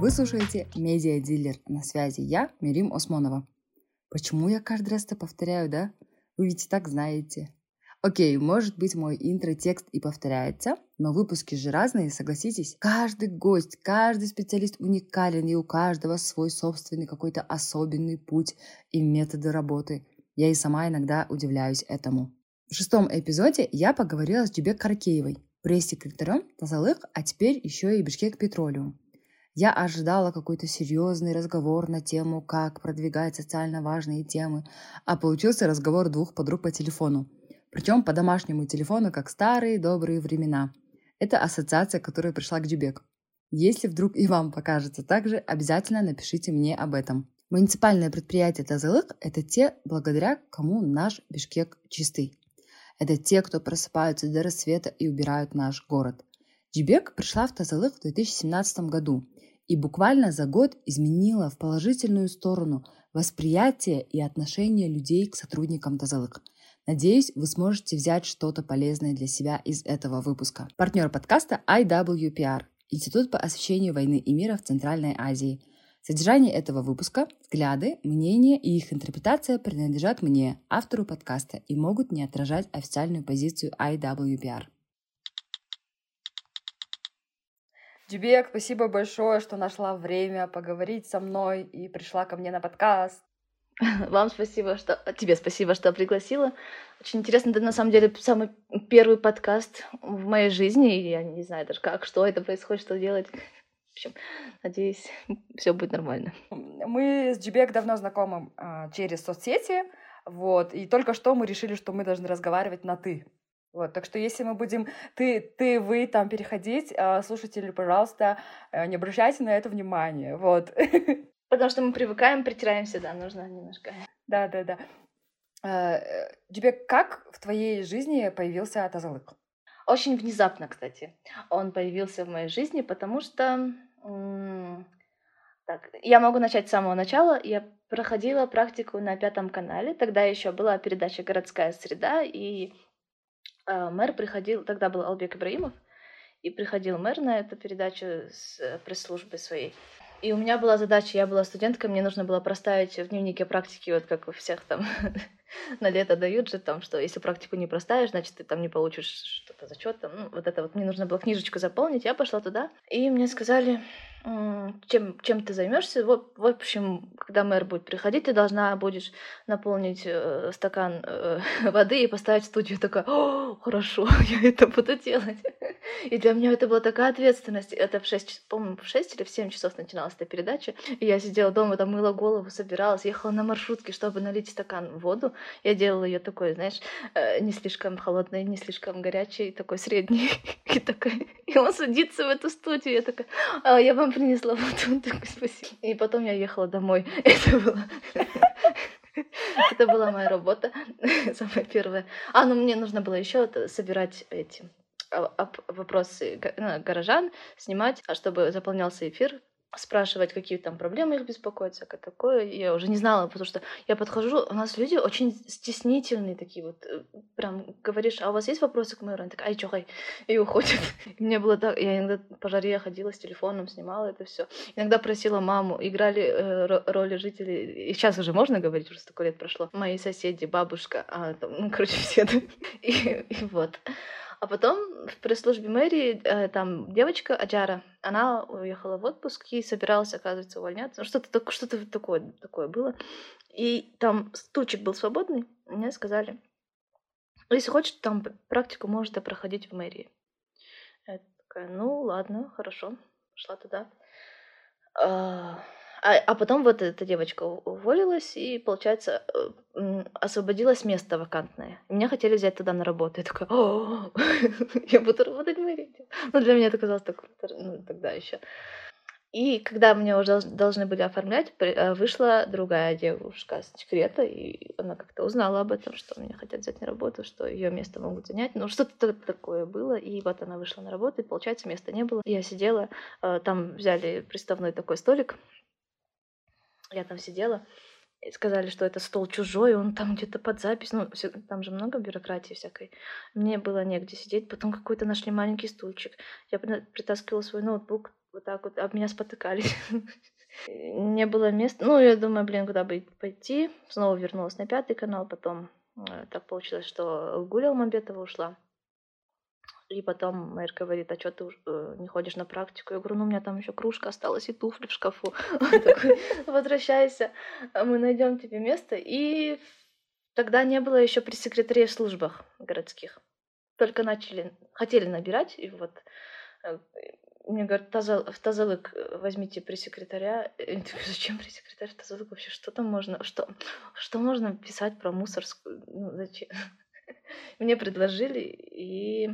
Вы слушаете «Медиа-дилер». На связи я, Мирим Осмонова. Почему я каждый раз это повторяю, да? Вы ведь и так знаете. Окей, может быть, мой интро-текст и повторяется, но выпуски же разные, согласитесь? Каждый гость, каждый специалист уникален, и у каждого свой собственный какой-то особенный путь и методы работы. Я и сама иногда удивляюсь этому. В 6-м эпизоде я поговорила с Джибек Каракеевой, пресс-секретарем Тазалык, а теперь еще и Бишкек Петролиум. Я ожидала какой-то серьезный разговор на тему, как продвигать социально важные темы, а получился разговор двух подруг по телефону. Причем по домашнему телефону, как старые добрые времена. Это ассоциация, которая пришла к Джибек. Если вдруг и вам покажется так же, обязательно напишите мне об этом. Муниципальное предприятие Тазалык – это те, благодаря кому наш Бишкек чистый. Это те, кто просыпаются до рассвета и убирают наш город. Джибек пришла в Тазалык в 2017 году и буквально за год изменила в положительную сторону восприятие и отношение людей к сотрудникам Тазалык. Надеюсь, вы сможете взять что-то полезное для себя из этого выпуска. Партнер подкаста IWPR – Институт по освещению войны и мира в Центральной Азии. Содержание этого выпуска, взгляды, мнения и их интерпретация принадлежат мне, автору подкаста, и могут не отражать официальную позицию IWPR. Джибек, спасибо большое, что нашла время поговорить со мной и пришла ко мне на подкаст. Вам тебе спасибо, что пригласила. Очень интересно, это на самом деле самый первый подкаст в моей жизни, и я не знаю даже что это происходит, что делать. В общем, надеюсь, все будет нормально. Мы с Джибек давно знакомы через соцсети, и только что мы решили, что мы должны разговаривать на «ты». Так что если мы будем ты, вы там переходить, слушатели, пожалуйста, не обращайте на это внимания, Потому что мы привыкаем, притираемся, да, нужно немножко. Да. Джибек, как в твоей жизни появился Тазалык? Очень внезапно, кстати. Он появился в моей жизни, потому что... я могу начать с самого начала. Я проходила практику на 5 канале. Тогда еще была передача «Городская среда», и мэр приходил... Тогда был Албек Ибраимов, и приходил мэр на эту передачу с пресс-службой своей. И у меня была задача, я была студенткой, мне нужно было проставить в дневнике практики, как у всех там на лето дают же, там, что если практику не проставишь, значит, ты там не получишь что-то зачет. Мне нужно было книжечку заполнить, я пошла туда, и мне сказали, чем ты займешься. В общем, когда мэр будет приходить, ты должна будешь наполнить стакан воды и поставить в студию. Такая, хорошо, я это буду делать. И для меня это была такая ответственность. Это в 6 или в 7 часов начиналась эта передача. И я сидела дома, там мыла голову, собиралась, ехала на маршрутке, чтобы налить стакан в воду. Я делала ее такой, знаешь, не слишком холодной, не слишком горячей, такой средней. И он садится в эту студию. Я такая, я вам принесла воду. Он такой, спасибо. И потом я ехала домой. Это была моя работа, самая первая. Мне нужно было еще собирать эти вопросы горожан, снимать, чтобы заполнялся эфир, спрашивать, какие там проблемы их беспокоят, всякое такое. Я уже не знала, потому что я подхожу, у нас люди очень стеснительные такие прям говоришь, а у вас есть вопросы к мэру? Они такая, ай, чё, и уходят. И мне было так, я иногда по жаре ходила с телефоном, снимала это все. Иногда просила маму, играли роли жителей, и сейчас уже можно говорить, уже столько лет прошло, мои соседи, бабушка, все. И вот. А потом в пресс-службе мэрии там девочка Аджара, она уехала в отпуск и собиралась, оказывается, увольняться. Что-то такое было. И там стульчик был свободный. Мне сказали, если хочешь, там практику можно проходить в мэрии. Я такая, ладно, хорошо. Пошла туда. А потом эта девочка уволилась, и, получается, освободилось место вакантное. И меня хотели взять туда на работу. Я такая, я буду работать в мэрии. Для меня это казалось так, тогда еще. И когда меня уже должны были оформлять, вышла другая девушка с декрета, и она как-то узнала об этом, что меня хотят взять на работу, что ее место могут занять. Что-то такое было, и она вышла на работу, и, получается, места не было. Я сидела, там взяли приставной такой столик, я там сидела, и сказали, что это стол чужой, он там где-то под запись. Там же много бюрократии всякой. Мне было негде сидеть. Потом какой-то нашли маленький стульчик. Я притаскивала свой ноутбук. вот так вот об меня спотыкались. Не было места. Ну, я думаю, блин, куда бы пойти. Снова вернулась на 5 канал, потом так получилось, что Гуля Алмамбетова ушла. И потом мэр говорит, а что ты не ходишь на практику? Я говорю, ну у меня там еще кружка осталась и туфли в шкафу. Он такой, возвращайся, мы найдем тебе место. И тогда не было еще пресс-секретарей в службах городских. Только хотели набирать, и вот э, мне говорят, в Тазалык возьмите пресс-секретаря. Я говорю, зачем пресс-секретарь в Тазалык вообще? Что там можно? Что можно писать про мусорскую? Ну, зачем? Мне предложили, и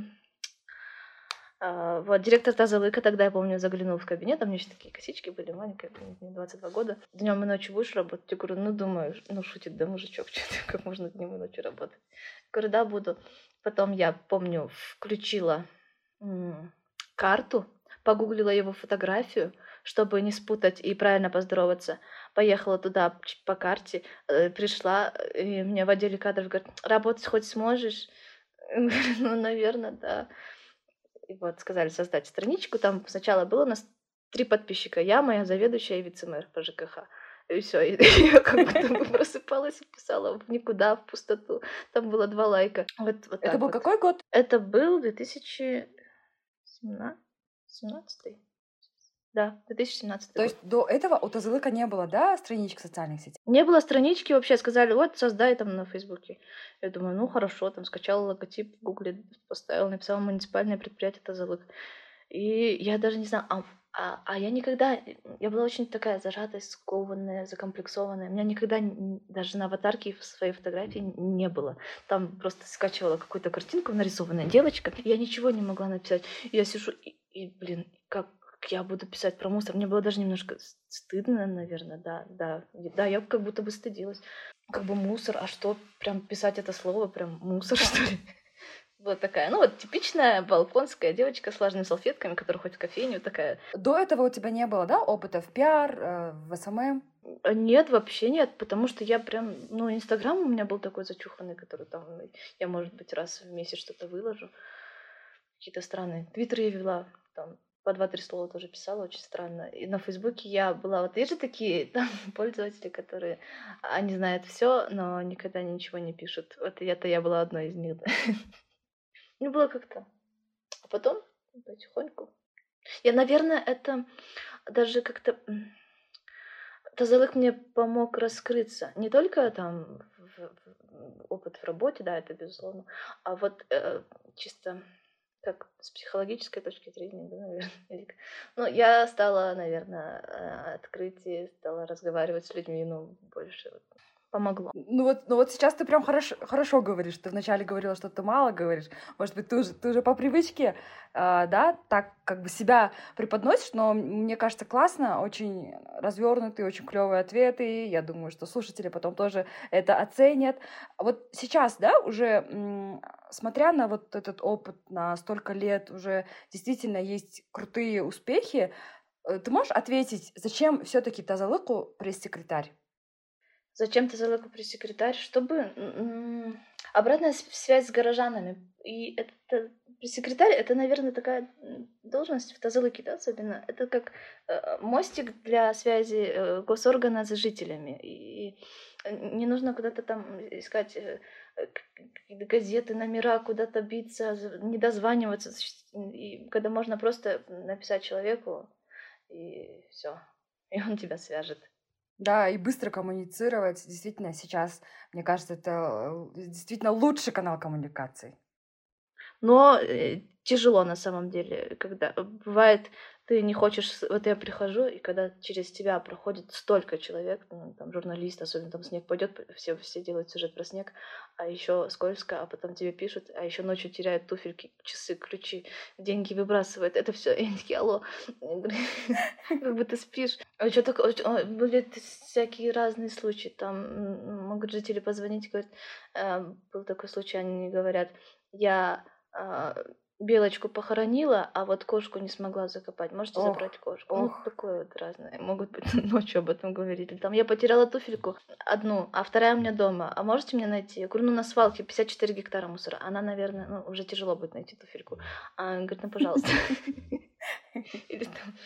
вот директор Тазалыка тогда, я помню, заглянул в кабинет, там у меня еще такие косички были, маленькие, мне 22 года. Днем и ночью будешь работать? Я говорю, ну, думаю, ну, шутит, да, мужичок, что ты, как можно днем и ночью работать? Я говорю, да, буду. Потом я, помню, включила карту, погуглила его фотографию, чтобы не спутать и правильно поздороваться. Поехала туда по карте, пришла, и мне в отделе кадров говорят, работать хоть сможешь? Я говорю, ну, наверное, да. И вот сказали создать страничку. Там сначала было у нас 3 подписчика. Я, моя заведующая и вице-мэр по ЖКХ. И все. И я как будто бы просыпалась и писала в никуда, в пустоту. Там было 2 лайка. Вот Это так был вот. какой год? Это был 2017. Да, 2017 То год. есть до этого у Тазалыка не было, да, страничек в социальных сетях? Не было странички вообще, сказали, вот, создай там на Фейсбуке. Я думаю, ну хорошо, там скачала логотип в Гугле, поставила, написала муниципальное предприятие Тазалык. И я даже не знаю, я никогда, я была очень такая зажатая, скованная, закомплексованная. У меня никогда даже на аватарке в своей фотографии не было. Там просто скачивала какую-то картинку, нарисованная девочка, и я ничего не могла написать. И я сижу, блин, как я буду писать про мусор? Мне было даже немножко стыдно, наверное, да, я как будто бы стыдилась. Как бы мусор, а что, прям писать это слово, прям мусор, что ли? Вот такая, ну вот типичная балконская девочка с влажными салфетками, которая ходит в кофейню, такая. До этого у тебя не было, да, опыта в пиар, в СММ? Нет, вообще нет, потому что я прям, ну, Инстаграм у меня был такой зачуханный, который там, я, может быть, раз в месяц что-то выложу. Какие-то странные. Твиттер я вела, там, по 2-3 слова тоже писала, очень странно. И на Фейсбуке я была, вот есть же такие там пользователи, которые, они знают все, но никогда ничего не пишут. Вот я была одной из них, да. Ну, было как-то. А потом потихоньку. Я, наверное, это даже как-то... Тазалык мне помог раскрыться. Не только там опыт в работе, да, это безусловно, а вот чисто как с психологической точки зрения, да, наверное. Ну, я стала, наверное, открытие, стала разговаривать с людьми, ну, больше вот, помогло. Ну вот сейчас ты прям хорошо говоришь. Ты вначале говорила, что ты мало говоришь. Может быть, ты уже по привычке, да, так как бы себя преподносишь, но мне кажется, классно, очень развернутые, очень клевые ответы. Я думаю, что слушатели потом тоже это оценят. Вот сейчас, да, уже смотря на вот этот опыт, на столько лет, уже действительно есть крутые успехи. Ты можешь ответить, зачем все-таки Тазалыку пресс-секретарь? Зачем Тазалыку пресс-секретарь? Чтобы обратная связь с горожанами. И это пресс-секретарь, это, наверное, такая должность в Тазалыке, да, особенно. Это как мостик для связи госоргана с жителями. И не нужно куда-то там искать какие-то газеты, номера, куда-то биться, не дозваниваться. И когда можно просто написать человеку, и все, и он тебя свяжет. Да, и быстро коммуницировать. Действительно, сейчас, мне кажется, это действительно лучший канал коммуникаций. Но тяжело на самом деле, когда бывает, ты не хочешь... Вот я прихожу, и когда через тебя проходит столько человек, ну, там журналист, особенно там снег пойдет, все делают сюжет про снег, а еще скользко, а потом тебе пишут, а еще ночью теряют туфельки, часы, ключи, деньги выбрасывают. Это все. И они такие, алло, как бы ты спишь. А что такое? Были всякие разные случаи. Там могут жители позвонить, говорят, был такой случай, они говорят, я белочку похоронила, а вот кошку не смогла закопать. Можете забрать кошку? Ну, такое вот разное. Могут быть ночью об этом говорить. Или там я потеряла туфельку одну, а вторая у меня дома. А можете мне найти? Я говорю, ну на свалке 54 гектара мусора. Она, наверное, ну, уже тяжело будет найти туфельку. А она говорит, ну пожалуйста. Или там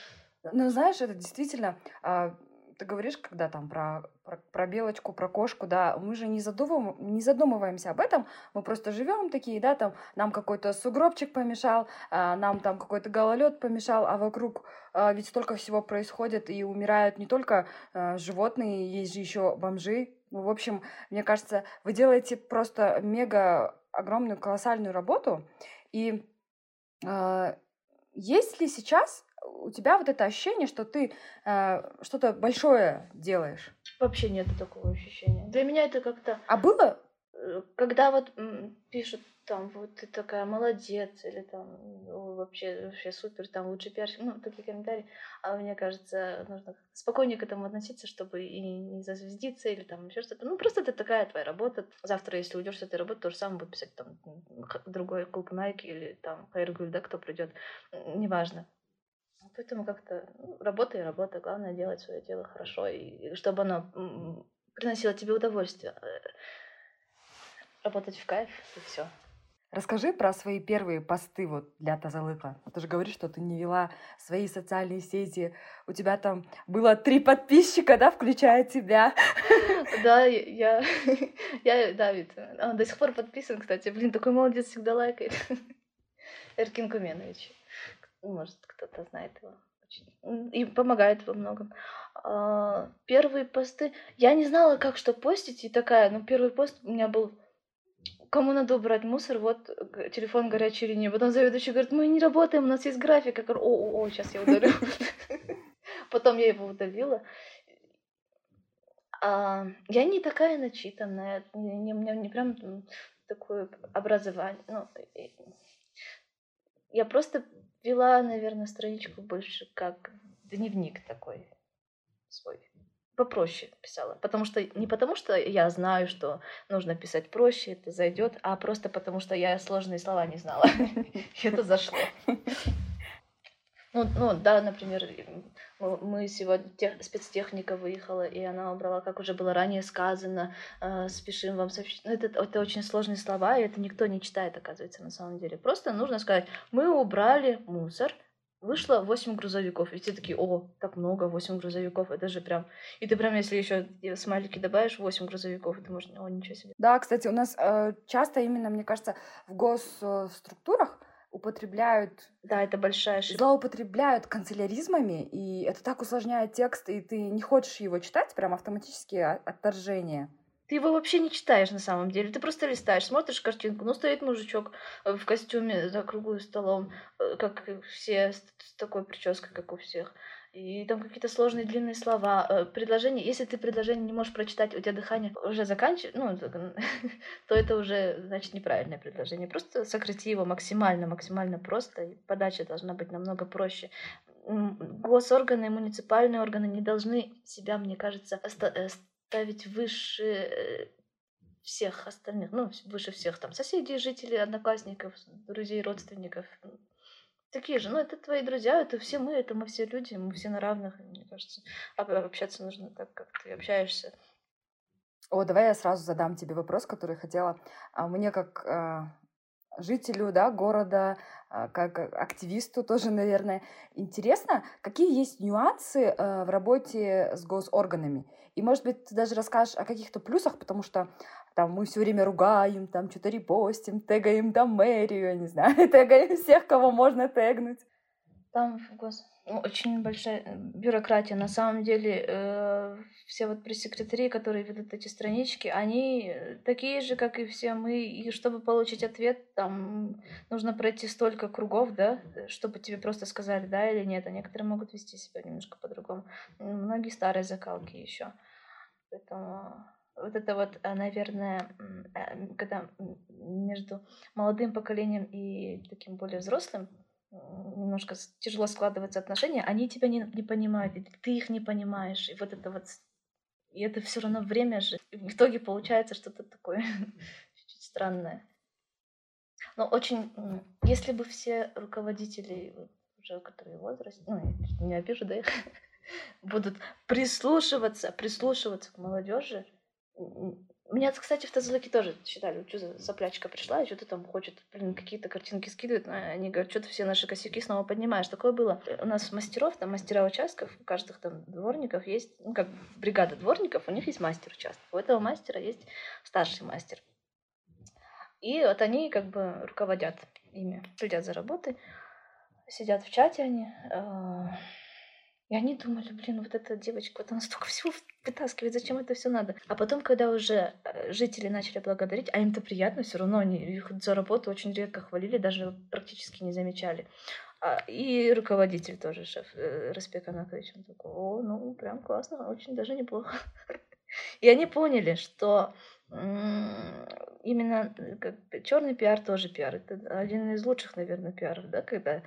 Ну, знаешь, это действительно, ты говоришь, когда там про белочку, про кошку, да, мы же не задумываемся об этом, мы просто живем такие, да, там нам какой-то сугробчик помешал, нам там какой-то гололед помешал, а вокруг ведь столько всего происходит, и умирают не только животные, есть же еще бомжи. Ну, в общем, мне кажется, вы делаете просто мега огромную, колоссальную работу, и а, есть ли сейчас у тебя вот это ощущение, что ты что-то большое делаешь? Вообще нет такого ощущения. Для меня это как-то, А было? когда вот пишут там, вот ты такая молодец, или там вообще супер, там лучший пиарщик, ну, такие комментарии. А мне кажется, нужно как-то спокойнее к этому относиться, чтобы и не зазвездиться, или там еще что-то. Ну, просто это такая твоя работа. Завтра, если уйдешь с этой работы, то же самое будет писать там другой клуб Nike или там Хайргуль, да, кто придет, неважно. Поэтому как-то работа и работа. Главное делать свое дело хорошо, и чтобы оно приносило тебе удовольствие. Работать в кайф, и все. Расскажи про свои первые посты вот для Тазалыка. Ты же говоришь, что ты не вела свои социальные сети. У тебя там было 3 подписчика, да, включая тебя. Да, я, Давид. Он до сих пор подписан, кстати. Блин, такой молодец, всегда лайкает. Эркин Куменович. Может, кто-то знает его. И помогает во многом. Первые посты... Я не знала, как что постить, и такая, ну, первый пост у меня был: кому надо убрать мусор, вот телефон горячей линии. Потом заведующий говорит: мы не работаем, у нас есть график. Я говорю: о, сейчас я удалю. Потом я его удалила. Я не такая начитанная, у меня не прям такое образование. Ну, я просто вела, наверное, страничку больше как дневник такой свой. Попроще писала. Не потому что я знаю, что нужно писать проще, это зайдет, а просто потому что я сложные слова не знала. И это зашло. Ну, да, например, мы сегодня, спецтехника выехала, и она убрала, как уже было ранее сказано, спешим вам сообщить. Ну, это очень сложные слова, и это никто не читает, оказывается, на самом деле. Просто нужно сказать: мы убрали мусор, вышло 8 грузовиков. И все такие: о, так много, 8 грузовиков, это же прям... И ты прям, если еще смайлики добавишь, 8 грузовиков, это можно... О, ничего себе. Да, кстати, у нас часто именно, мне кажется, в госструктурах употребляют, Да, это большая ошибка. злоупотребляют канцеляризмами, и это так усложняет текст, и ты не хочешь его читать, прям автоматически отторжение. Ты его вообще не читаешь на самом деле. Ты просто листаешь, смотришь картинку. Ну, стоит мужичок в костюме за круглым столом, как и все, с такой прической, как у всех. И там какие-то сложные длинные слова, предложения. Если ты предложение не можешь прочитать, у тебя дыхание уже заканчивается, ну, то это уже, значит, неправильное предложение. Просто сократи его максимально просто, и подача должна быть намного проще. Госорганы, муниципальные органы не должны себя, мне кажется, ставить выше всех остальных, ну, выше всех там соседей, жителей, одноклассников, друзей, родственников. Такие же, ну, это твои друзья, это мы все люди, мы все на равных, мне кажется. Общаться нужно так, как ты общаешься. О, давай я сразу задам тебе вопрос, который хотела. Мне как жителю, да, города, как активисту тоже, наверное, интересно, какие есть нюансы в работе с госорганами. И, может быть, ты даже расскажешь о каких-то плюсах, потому что там мы все время ругаем, там что-то репостим, тегаем там мэрию, я не знаю, тегаем всех, кого можно тегнуть. Там очень большая бюрократия. На самом деле, все вот пресс-секретари, которые ведут эти странички, они такие же, как и все мы. И чтобы получить ответ, там нужно пройти столько кругов, да, чтобы тебе просто сказали да или нет. А некоторые могут вести себя немножко по-другому. Многие старые закалки еще. Поэтому вот это вот, наверное, когда между молодым поколением и таким более взрослым немножко тяжело складываются отношения, они тебя не понимают, и ты их не понимаешь. И вот это вот, и это все равно время же. И в итоге получается что-то такое чуть-чуть странное. Но очень, если бы все руководители, уже которые в возрасте, ну, я не обижу, да, их, будут прислушиваться к молодежи, Меня, кстати, в Тазлыке тоже считали, что за соплячка пришла, и что-то там хочет, какие-то картинки скидывают. Они говорят, что ты все наши косяки снова поднимаешь. Такое было. У нас мастеров, там мастера участков, у каждых там дворников есть, ну, как бригада дворников, у них есть мастер участков. У этого мастера есть старший мастер. И вот они как бы руководят ими, следят за работой, сидят в чате они. И они думали, блин, вот эта девочка, вот она столько всего вытаскивает, зачем это все надо? А потом, когда уже жители начали благодарить, а им-то приятно, все равно они их за работу очень редко хвалили, даже практически не замечали. И руководитель тоже, шеф Распек Анатольевич, он такой, о, ну, прям классно, очень даже неплохо. И они поняли, что именно черный пиар тоже пиар. Это один из лучших, наверное, пиаров, да, когда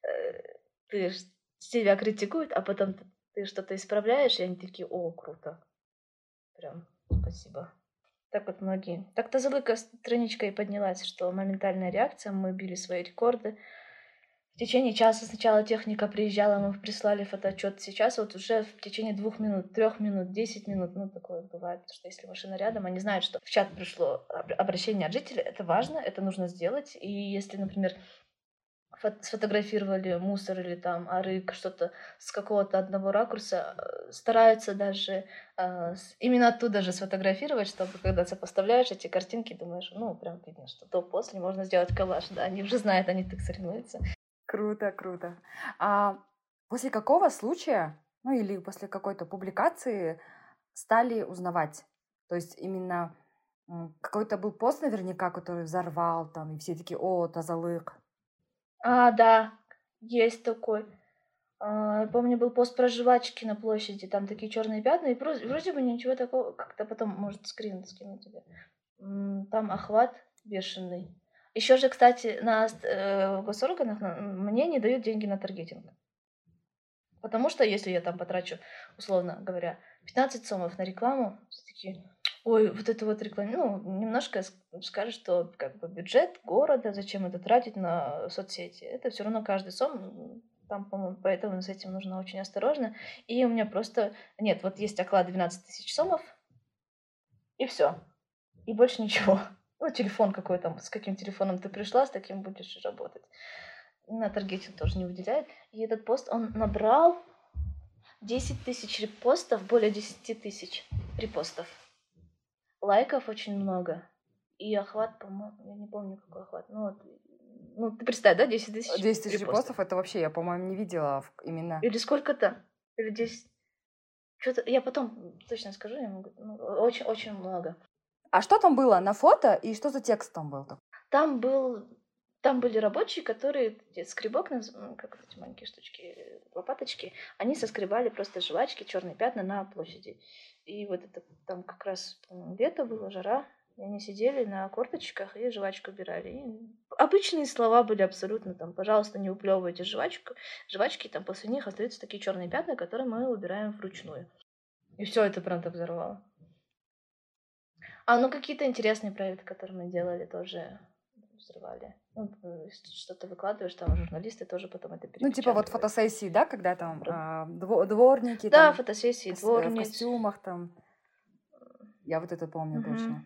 ты себя критикуют, а потом ты что-то исправляешь, и они такие, о, круто. Прям спасибо. Так вот многие. Так Тазылыка страничка и поднялась, что моментальная реакция, мы били свои рекорды. В течение часа сначала техника приезжала, мы прислали фотоотчет. Сейчас вот уже в течение 2 минут, 3 минут, 10 минут, ну такое бывает, что если машина рядом, они знают, что в чат пришло обращение от жителей, это важно, это нужно сделать. И если, например, сфотографировали мусор или там арык, что-то с какого-то одного ракурса, стараются даже именно оттуда же сфотографировать, чтобы когда сопоставляешь эти картинки, думаешь, ну, прям видно, что то после можно сделать коллаж, да, они уже знают, они так соревнуются. Круто, круто. А после какого случая, ну или после какой-то публикации стали узнавать? То есть именно какой-то был пост наверняка, который взорвал там, и все такие, о, Тазалык. Да, есть такой. Я помню, был пост про жвачки на площади, там такие черные пятна, и вроде бы ничего такого, как-то потом, может, скрин скину тебе. Там охват бешеный. Еще же, кстати, на госорганах мне не дают деньги на таргетинг. Потому что если я там потрачу, условно говоря, 15 сомов на рекламу, все такие, ой, вот это вот реклама, ну, немножко скажешь, что как бы бюджет города, зачем это тратить на соцсети. Это все равно каждый сом, там, по-моему, поэтому с этим нужно очень осторожно. И у меня просто, нет, вот есть оклад 12 тысяч сомов, и все. И больше ничего. Ну, телефон какой там, с каким телефоном ты пришла, с таким будешь работать. На таргетинг тоже не выделяет. И этот пост, он набрал 10 тысяч репостов, более 10 тысяч репостов. Лайков очень много. И охват, по-моему, я не помню, какой охват. Ну, ты представь, да, 10 тысяч 10 тысяч репостов, это вообще, я, по-моему, не видела именно. Или сколько-то? Или 10? Что-то, я потом точно скажу, я могу, очень-очень много. А что там было на фото и что за текст там был? Там были рабочие, которые скребок, как эти маленькие штучки, лопаточки, они соскребали просто жвачки, черные пятна на площади. И вот это там как раз лето было, жара, и они сидели на корточках и жвачку убирали. И обычные слова были абсолютно там, пожалуйста, не уплевывайте жвачки, там после них остаются такие черные пятна, которые мы убираем вручную. И все это прям так взорвало. Ну какие-то интересные проекты, которые мы делали, тоже взрывали. Ну, что-то выкладываешь, там журналисты тоже потом это перепечатывают. Ну, типа вот фотосессии, да, когда там дворники, да, там, фотосессии, в дворниц. костюмах там. Я вот это помню точно.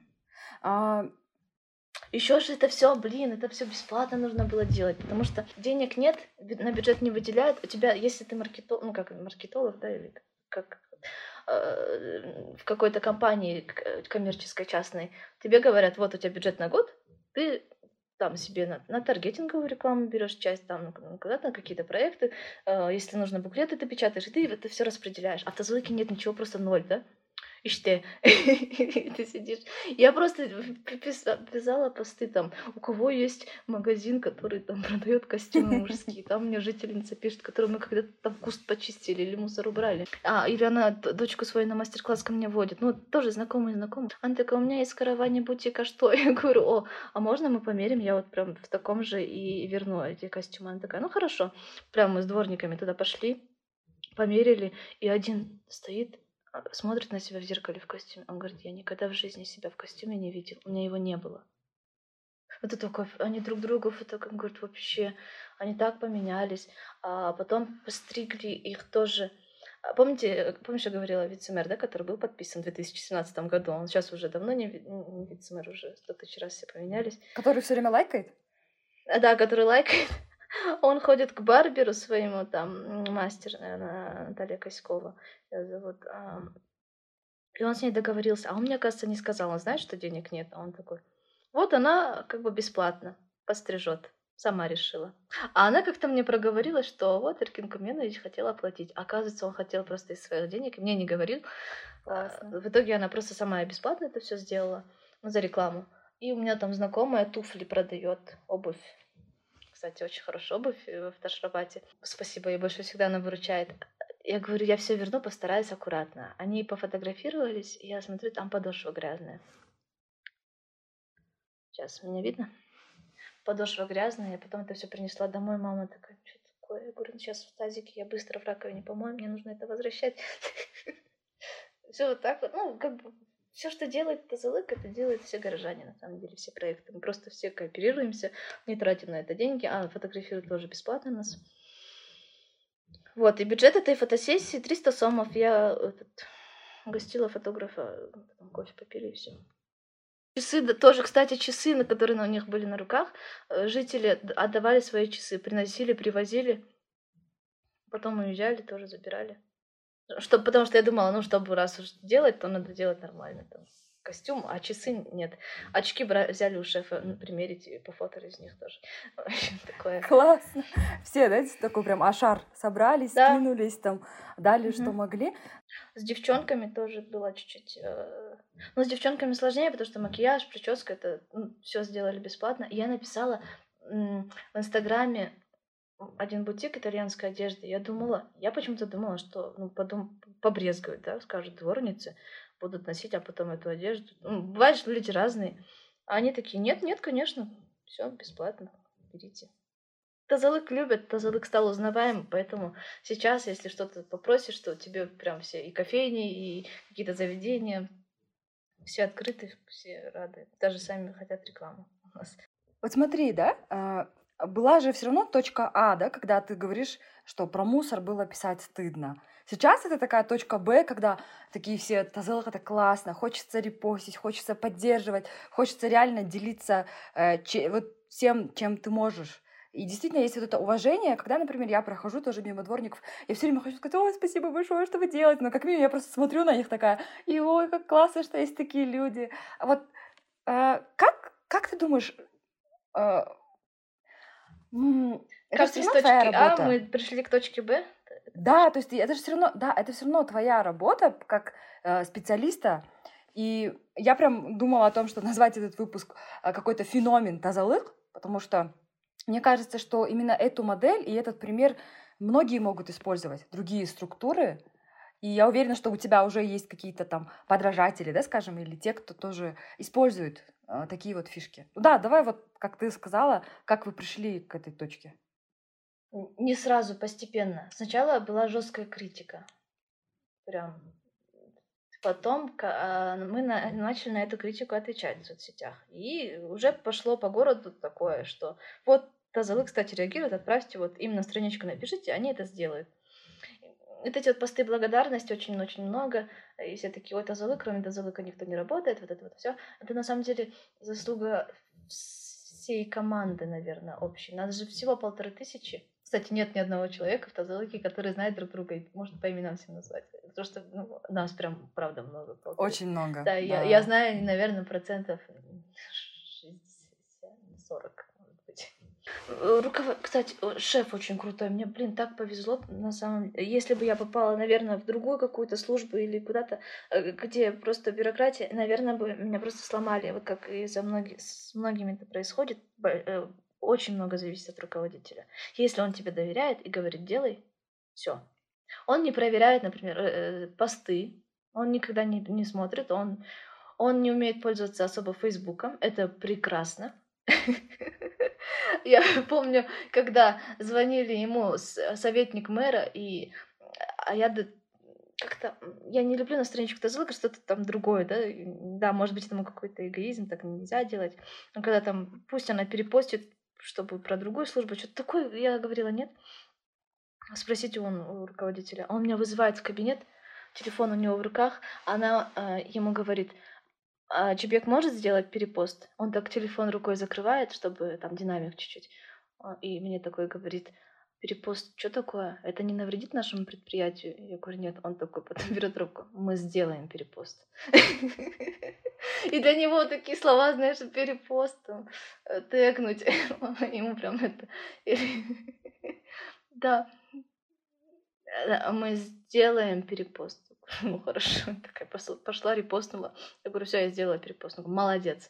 Еще же это все, это все бесплатно нужно было делать, потому что денег нет, на бюджет не выделяют. У тебя, если ты маркетолог, да, или как в какой-то компании коммерческой, частной, тебе говорят, вот у тебя бюджет на год, ты там себе на таргетинговую рекламу берешь часть, там куда-то на какие-то проекты, если нужно буклеты ты печатаешь, и ты это все распределяешь. А в Тазлыке нет ничего, просто ноль, да? И что? Ты сидишь. Я просто писала посты там, у кого есть магазин, который там продает костюмы мужские. Там мне жительница пишет, которую мы когда-то там куст почистили или мусор убрали. Или она дочку свою на мастер-класс ко мне водит. Ну, тоже знакомый. Она такая, у меня есть караване бутик, а что? Я говорю, а можно мы померим? Я вот прям в таком же и верну эти костюмы. Она такая, ну хорошо. Прям мы с дворниками туда пошли, померили, и один стоит, смотрит на себя в зеркале в костюме. Он говорит, я никогда в жизни себя в костюме не видел. У меня его не было. Это только они друг друга говорят, вообще, они так поменялись. А потом постригли их тоже Помнишь, я говорила вице-мэр, да, который был подписан в 2017 году? Он сейчас уже давно не вице-мэр, уже 100 000 раз все поменялись. Который все время лайкает? Да, который лайкает. Он ходит к барберу своему, там, мастер, наверное, Наталья Коськова её зовут. И он с ней договорился. А он мне, кажется, не сказал. Он знает, что денег нет. А он такой: вот она как бы бесплатно пострижет. Сама решила. А она как-то мне проговорилась, что вот Эркин Куменович хотел оплатить. Оказывается, он хотел просто из своих денег, и мне не говорил. Классно. В итоге она просто сама и бесплатно это все сделала, ну, за рекламу. И у меня там знакомая туфли продает, обувь. Кстати, очень хорошая обувь в Ташрабате. Спасибо ей большое, всегда она выручает. Я говорю, я все верну, постараюсь аккуратно. Они пофотографировались, и я смотрю, там подошва грязная. Сейчас, меня видно? Подошва грязная, я потом это все принесла домой. Мама такая: что такое? Я говорю, ну, сейчас в тазике, я быстро в раковине помою, мне нужно это возвращать. Все вот так вот, ну, как бы все, что делает Тазалык, это делают все горожане, на самом деле, все проекты. Мы просто все кооперируемся, не тратим на это деньги, а фотографируют тоже бесплатно нас. Вот, и бюджет этой фотосессии 300 сомов. Я гостила фотографа, потом кофе попили и все. Часы, да, тоже, кстати, часы, на которые у них были на руках, жители отдавали свои часы, приносили, привозили, потом уезжали, тоже забирали. Потому что я думала, ну, чтобы раз уж делать, то надо делать нормально. Там, костюм, а часы нет. Очки взяли у шефа примерить и пофотали из них тоже. В общем, такое. Классно. Все, да, такой прям ашар собрались, Да. скинулись, там, дали, что могли. С девчонками тоже было чуть-чуть... Ну, с девчонками сложнее, потому что макияж, прическа, это все сделали бесплатно. И я написала в Инстаграме один бутик итальянской одежды. Я почему-то думала, что побрезгуют, да, скажут дворницы, будут носить, а потом эту одежду. Бывает, что люди разные. А они такие: нет, нет, конечно, все бесплатно, берите. Тазалык любят, Тазалык стал узнаваем, поэтому сейчас, если что-то попросишь, то тебе прям все и кофейни, и какие-то заведения, все открыты, все рады. Даже сами хотят рекламу у нас. Вот смотри, да, была же все равно точка А, да, когда ты говоришь, что про мусор было писать стыдно. Сейчас это такая точка Б, когда такие все Тазалык — это классно, хочется репостить, хочется поддерживать, хочется реально делиться вот всем, чем ты можешь. И действительно есть вот это уважение, когда, например, я прохожу тоже мимо дворников, я все время хочу сказать: ой, спасибо большое, что вы делаете. Но как минимум я просто смотрю на них такая: и ой, как классно, что есть такие люди. А вот как ты думаешь, э, это Как все из равно твоя точки А работа? мы пришли к точке Б? Да, то есть это же все равно, да, это все равно твоя работа как специалиста. И я прям думала о том, что назвать этот выпуск какой-то феномен Тазалык, потому что мне кажется, что именно эту модель и этот пример многие могут использовать, другие структуры. И я уверена, что у тебя уже есть какие-то там подражатели, да, скажем, или те, кто тоже использует такие вот фишки. Ну да, давай вот, как ты сказала, как вы пришли к этой точке. Не сразу, постепенно. Сначала была жесткая критика. Прям. Потом мы начали на эту критику отвечать в соцсетях. И уже пошло по городу такое, что вот Тазалык, кстати, реагирует, отправьте вот им на страничку, напишите, они это сделают. Вот эти вот посты благодарности очень-очень много. И все такие: ой, Тазалык, кроме Тазалыка никто не работает, вот это вот все. Это на самом деле заслуга всей команды, наверное, общей. Нас же всего 1500. Кстати, нет ни одного человека в Тазалыке, который знает друг друга и может по именам всем назвать. Потому что нас прям, правда, много. Очень много. Да, я знаю, наверное, процентов 60-40, может быть. Кстати, шеф очень крутой. Мне, так повезло на самом деле. Если бы я попала, наверное, в другую какую-то службу или куда-то, где просто бюрократия, наверное, бы меня просто сломали. Вот как и с многими это происходит. Очень много зависит от руководителя. Если он тебе доверяет и говорит: делай, все. Он не проверяет, например, посты. Он никогда не смотрит. Он не умеет пользоваться особо Фейсбуком. Это прекрасно. Я помню, когда звонили ему советник мэра, я не люблю на страничку Тазалыка что-то там другое, да. Да, может быть, это какой-то эгоизм, так нельзя делать. Но когда там, пусть она перепостит, чтобы про другую службу, что-то такое, я говорила: нет. Спросите у руководителя. Он меня вызывает в кабинет, телефон у него в руках, она ему говорит, Чебек может сделать перепост? Он так телефон рукой закрывает, чтобы там динамик чуть-чуть. И мне такой говорит, перепост, что такое? Это не навредит нашему предприятию? Я говорю, нет. Он такой потом берет трубку. Мы сделаем перепост. И для него такие слова, знаешь, перепост, там, тегнуть. Ему прям это... Да, мы сделаем перепост. Ну хорошо, такая пошла, репостнула. Я говорю, все, я сделала перепост. Он говорит, молодец.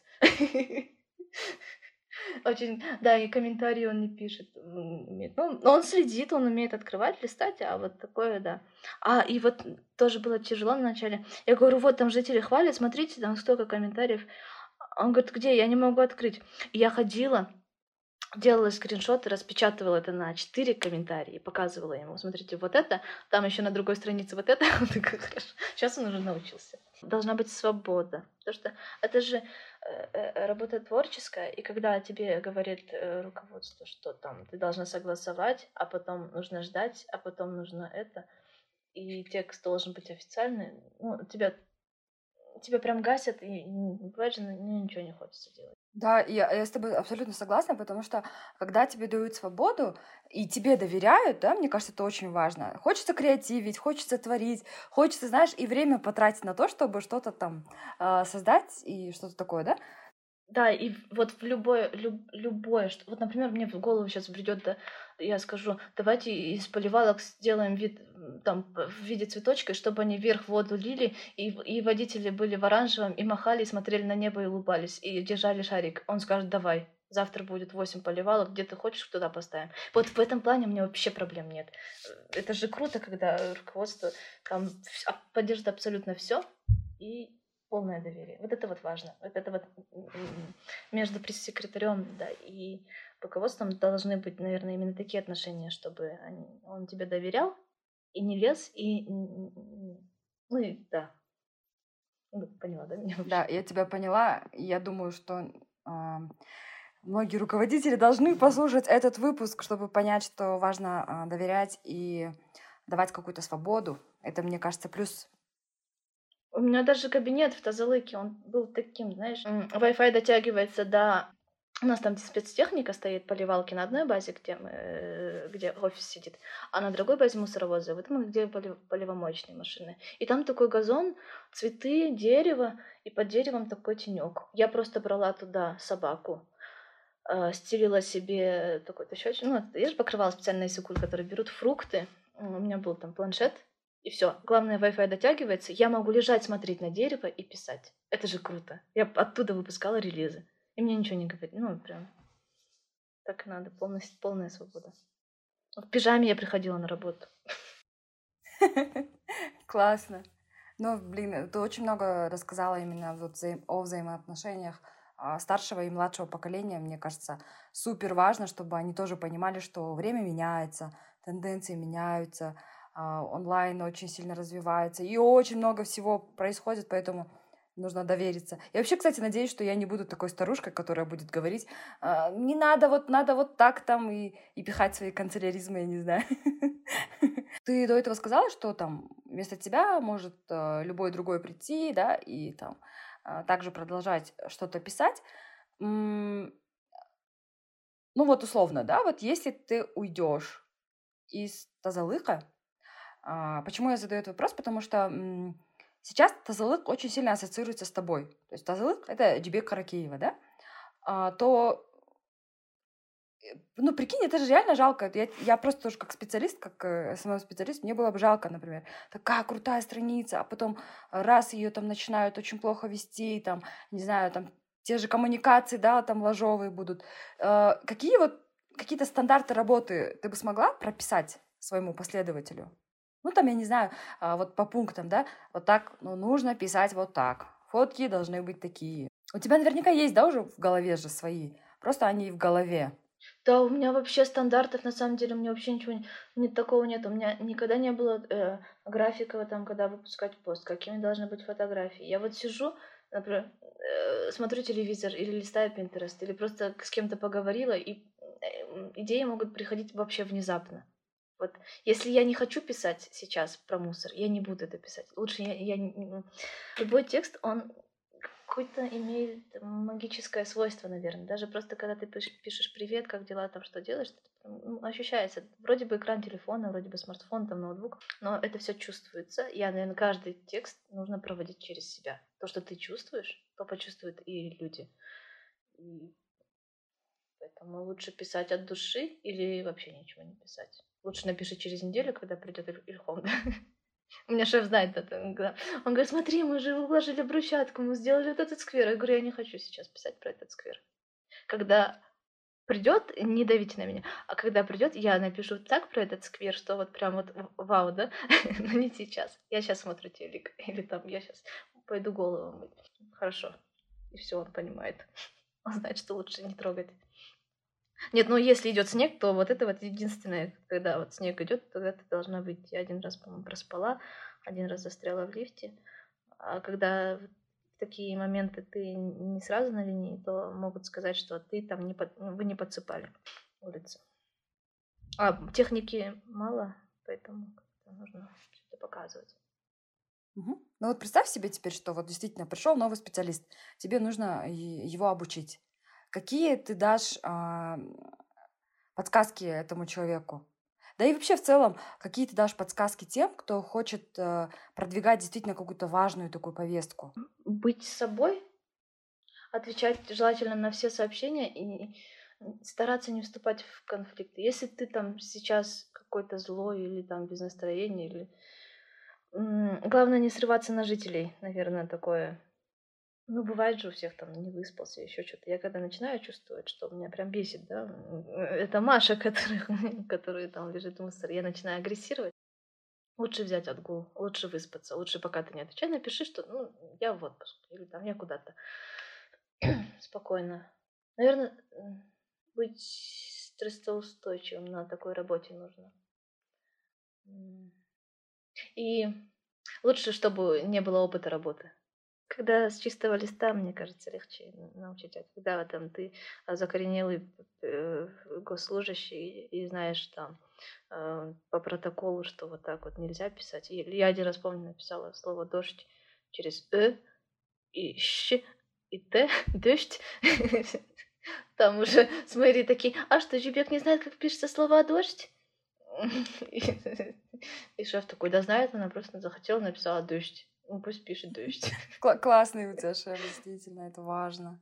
Очень, да, и комментарии он не пишет. Ну, он следит, он умеет открывать, листать, а вот такое, да. И вот тоже было тяжело вначале. Я говорю, вот там жители хвалят, смотрите, там столько комментариев. Он говорит, где? Я не могу открыть. И я ходила, делала скриншоты, распечатывала это на 4 комментария и показывала ему. Смотрите, вот это, там еще на другой странице вот это. Он такой, хорошо. Сейчас он уже научился. Должна быть свобода. Потому что это же работа творческая, и когда тебе говорит руководство, что там ты должна согласовать, а потом нужно ждать, а потом нужно это, и текст должен быть официальный, ну, тебя прям гасят, и бывает же, ничего не хочется делать. Да, я с тобой абсолютно согласна, потому что когда тебе дают свободу и тебе доверяют, да, мне кажется, это очень важно. Хочется креативить, хочется творить, хочется, знаешь, и время потратить на то, чтобы что-то там создать и что-то такое, да? Да, и вот в любое, что... Вот, например, мне в голову сейчас бредет, да, я скажу, давайте из поливалок сделаем вид, там, в виде цветочка, чтобы они вверх воду лили, и водители были в оранжевом, и махали, и смотрели на небо, и улыбались, и держали шарик. Он скажет, давай, завтра будет 8 поливалок, где ты хочешь, туда поставим. Вот в этом плане у меня вообще проблем нет. Это же круто, когда руководство там поддержит абсолютно все, и полное доверие. Вот это вот важно. Вот это вот между пресс-секретарем, да, и руководством должны быть, наверное, именно такие отношения, чтобы он тебе доверял и не лез, и ну и да. Ну, поняла, да, меня Да, вообще? я тебя поняла. Я думаю, что многие руководители должны послушать этот выпуск, чтобы понять, что важно доверять и давать какую-то свободу. Это, мне кажется, плюс. У меня даже кабинет в Тазалыке, он был таким, знаешь, Wi-Fi дотягивается до... У нас там спецтехника стоит, поливалки на одной базе, где офис сидит, а на другой базе мусоровозы. Вот мы где поливомоечные машины. И там такой газон, цветы, дерево, и под деревом такой тенек. Я просто брала туда собаку, стелила себе такой тащочек. Ну, я же покрывала специальный сикуль, который берут фрукты. У меня был там планшет, и все. Главное, Wi-Fi дотягивается. Я могу лежать, смотреть на дерево и писать. Это же круто. Я оттуда выпускала релизы. И мне ничего не говорит. Ну, прям так и надо. Полная свобода. В пижаме я приходила на работу. Классно. Ну, блин, ты очень много рассказала именно вот о взаимоотношениях старшего и младшего поколения. Мне кажется, супер важно, чтобы они тоже понимали, что время меняется, тенденции меняются, онлайн очень сильно развивается, и очень много всего происходит, поэтому нужно довериться. Я вообще, кстати, надеюсь, что я не буду такой старушкой, которая будет говорить, не надо вот так там и пихать свои канцеляризмы, я не знаю. Ты до этого сказала, что там вместо тебя может любой другой прийти, да, и там также продолжать что-то писать. Ну вот условно, да, вот если ты уйдешь из Тазалыка, почему я задаю этот вопрос? Потому что сейчас Тазалык очень сильно ассоциируется с тобой. То есть Тазалык — это Джибек Каракеева, да? То ну, прикинь, это же реально жалко. Я просто тоже как специалист, как СММ-специалист, мне было бы жалко, например, такая крутая страница, а потом раз ее там начинают очень плохо вести, там, не знаю, там те же коммуникации, да, там ложовые будут. Какие вот какие-то стандарты работы ты бы смогла прописать своему последователю? Ну, там, я не знаю, вот по пунктам, да, вот так, ну, нужно писать вот так. Фотки должны быть такие. У тебя наверняка есть, да, уже в голове же свои. Просто они в голове. Да, у меня вообще стандартов, на самом деле, у меня вообще ничего такого нет. У меня никогда не было графика, там, когда выпускать пост, какими должны быть фотографии. Я вот сижу, например, смотрю телевизор или листаю Pinterest, или просто с кем-то поговорила, и идеи могут приходить вообще внезапно. Вот если я не хочу писать сейчас про мусор, я не буду это писать. Лучше любой текст, он какое-то имеет магическое свойство, наверное. Даже просто когда ты пишешь «Привет, как дела, там, что делаешь», ощущается. Вроде бы экран телефона, вроде бы смартфон, там, ноутбук, но это все чувствуется. Наверное, каждый текст нужно проводить через себя. То, что ты чувствуешь, то почувствуют и люди. И поэтому лучше писать от души или вообще ничего не писать. Лучше напиши через неделю, когда придет Ильхом. У меня шеф знает это. Он говорит, смотри, мы же уложили брусчатку, мы сделали вот этот сквер. Я говорю, я не хочу сейчас писать про этот сквер. Когда придет, не давите на меня, а когда придет, я напишу так про этот сквер, что вот прям вот вау, да? Но не сейчас. Я сейчас смотрю телек. Или там я сейчас пойду голову мыть. Хорошо. И все, он понимает. Он знает, что лучше не трогать. Нет, ну если идет снег, то вот это вот единственное, когда вот снег идет, тогда ты должна быть. Я один раз, по-моему, проспала, один раз застряла в лифте. А когда в такие моменты ты не сразу на линии, то могут сказать, что ты там вы не подсыпали улицу. А техники мало, поэтому нужно что-то показывать. Угу. Ну вот представь себе теперь, что вот действительно пришел новый специалист, тебе нужно его обучить. Какие ты дашь подсказки этому человеку? Да и вообще в целом, какие ты дашь подсказки тем, кто хочет продвигать действительно какую-то важную такую повестку? Быть собой, отвечать желательно на все сообщения и стараться не вступать в конфликты. Если ты там сейчас какой-то злой или там без настроения, или главное не срываться на жителей, наверное, такое. Ну, бывает же у всех там не выспался, еще что-то. Я когда начинаю чувствовать, что меня прям бесит, да, это Маша, которая там лежит в мусоре, я начинаю агрессировать. Лучше взять отгул, лучше выспаться, лучше пока ты не отвечай, напиши, что я в отпуск или там я куда-то спокойно. Наверное, быть стрессоустойчивым на такой работе нужно. И лучше, чтобы не было опыта работы. Когда с чистого листа, мне кажется, легче научить. А когда там ты закоренелый госслужащий и знаешь там по протоколу, что вот так вот нельзя писать. И я один раз, помню, написала слово «дождь» через и «щ» и «т», «дождь». Там уже с Мэри такие, а что, Жюбек не знает, как пишется слово «дождь»? И шеф такой, да знает, она просто захотела, написала «дождь». Ну, пусть пишет «дождь». Классный у тебя шеф, действительно, это важно.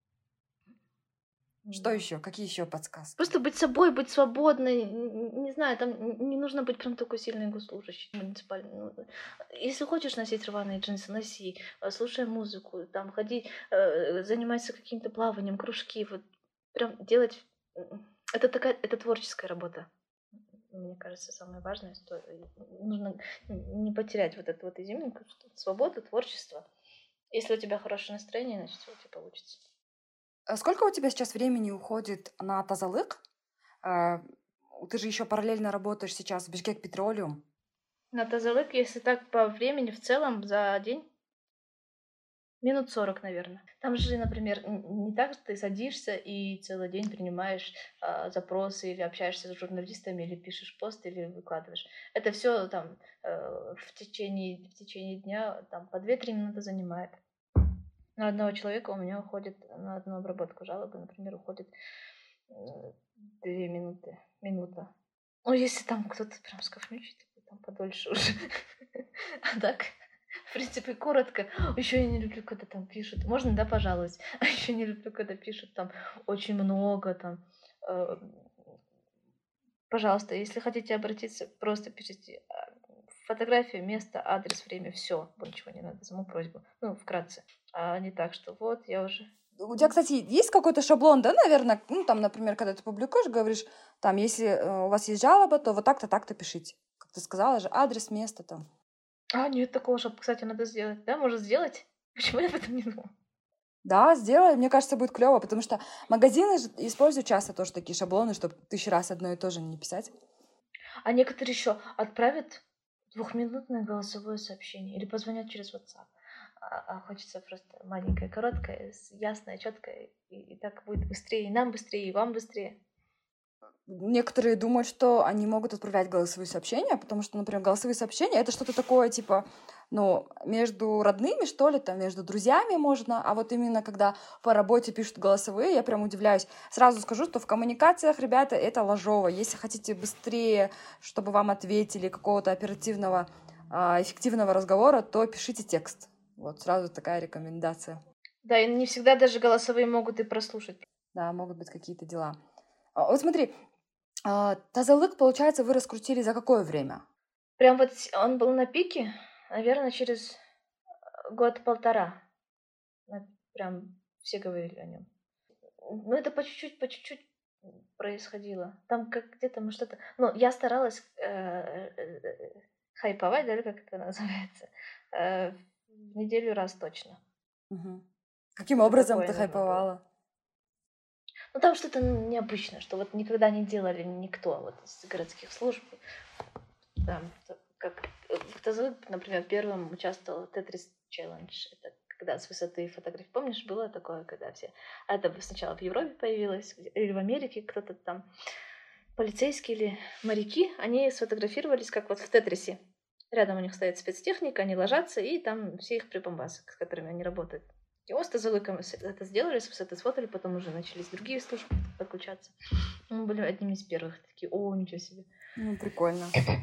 Что еще? Какие еще подсказки? Просто быть собой, быть свободной. Не знаю, там не нужно быть прям такой сильный госслужащий муниципальный. Если хочешь носить рваные джинсы, носи. Слушай музыку, там ходи, занимайся каким-то плаванием, кружки. Вот прям делать... Это творческая работа. Мне кажется, самое важное, что нужно не потерять вот эту вот изюминку, свободу, творчество. Если у тебя хорошее настроение, значит, все у тебя получится. Сколько у тебя сейчас времени уходит на тазалык? Ты же еще параллельно работаешь сейчас в Бишкек Петролиум. На тазалык, если так по времени в целом за день, минут 40, наверное. Там же, например, не так, что ты садишься и целый день принимаешь запросы или общаешься с журналистами, или пишешь пост, или выкладываешь. Это все там в течение дня там, по 2-3 минуты занимает. На одного человека у меня уходит, на одну обработку жалобы, например, уходит 2 минуты, минута. Ну, если там кто-то прям скафнючит, там подольше уже. А так, в принципе, коротко. Еще я не люблю, когда там пишут. Можно, да, пожаловать. А еще не люблю, когда пишут там очень много там. Пожалуйста, если хотите обратиться, просто пишите фотографию, место, адрес, время, все. Ничего не надо, саму просьбу. Ну, вкратце. А не так, что вот, я уже... У тебя, кстати, есть какой-то шаблон, да, наверное? Ну, там, например, когда ты публикуешь, говоришь, там, если у вас есть жалоба, то вот так-то, так-то пишите. Как ты сказала же, адрес, место там. Нет такого, чтобы, кстати, надо сделать. Да, может сделать? Почему я об этом не думала? Да, сделай. Мне кажется, будет клево, потому что магазины же используют часто тоже такие шаблоны, чтобы 1000 раз одно и то же не писать. А некоторые еще отправят 2-минутное голосовое сообщение или позвонят через WhatsApp. А хочется просто маленькое, короткое, ясное, четкое, и так будет быстрее, и нам быстрее, и вам быстрее. Некоторые думают, что они могут отправлять голосовые сообщения, потому что, например, голосовые сообщения — это что-то такое, типа, ну, между родными, что ли, там, между друзьями можно, а вот именно когда по работе пишут голосовые, я прям удивляюсь. Сразу скажу, что в коммуникациях, ребята, это ложово. Если хотите быстрее, чтобы вам ответили, какого-то оперативного, эффективного разговора, то пишите текст. Вот сразу такая рекомендация. Да, и не всегда даже голосовые могут и прослушать. Да, могут быть какие-то дела. Вот смотри, тазалык, получается, вы раскрутили за какое время? Прям вот он был на пике, наверное, через год-полтора. Прям все говорили о нем. Ну, это по чуть-чуть происходило. Там как где-то мы что-то... Ну, я старалась хайповать, да, или как это называется, в неделю раз точно. Угу. Каким Что-то образом такое ты нужно было. хайповала? Ну, там что-то необычное, что вот никогда не делали никто вот из городских служб. Там, как в ТЗ, например, первым участвовал Tetris Challenge. Это когда с высоты фотографии. Помнишь, было такое, когда все... А это сначала в Европе появилось, или в Америке кто-то там, полицейские или моряки, они сфотографировались, как вот в Тетрисе. Рядом у них стоит спецтехника, они ложатся, и там все их прибамбасы, с которыми они работают. И он с тазалыком это сделали, с высоты сфотали, потом уже начались другие службы подключаться. Мы были одними из первых, такие, о, ничего себе. Ну, прикольно.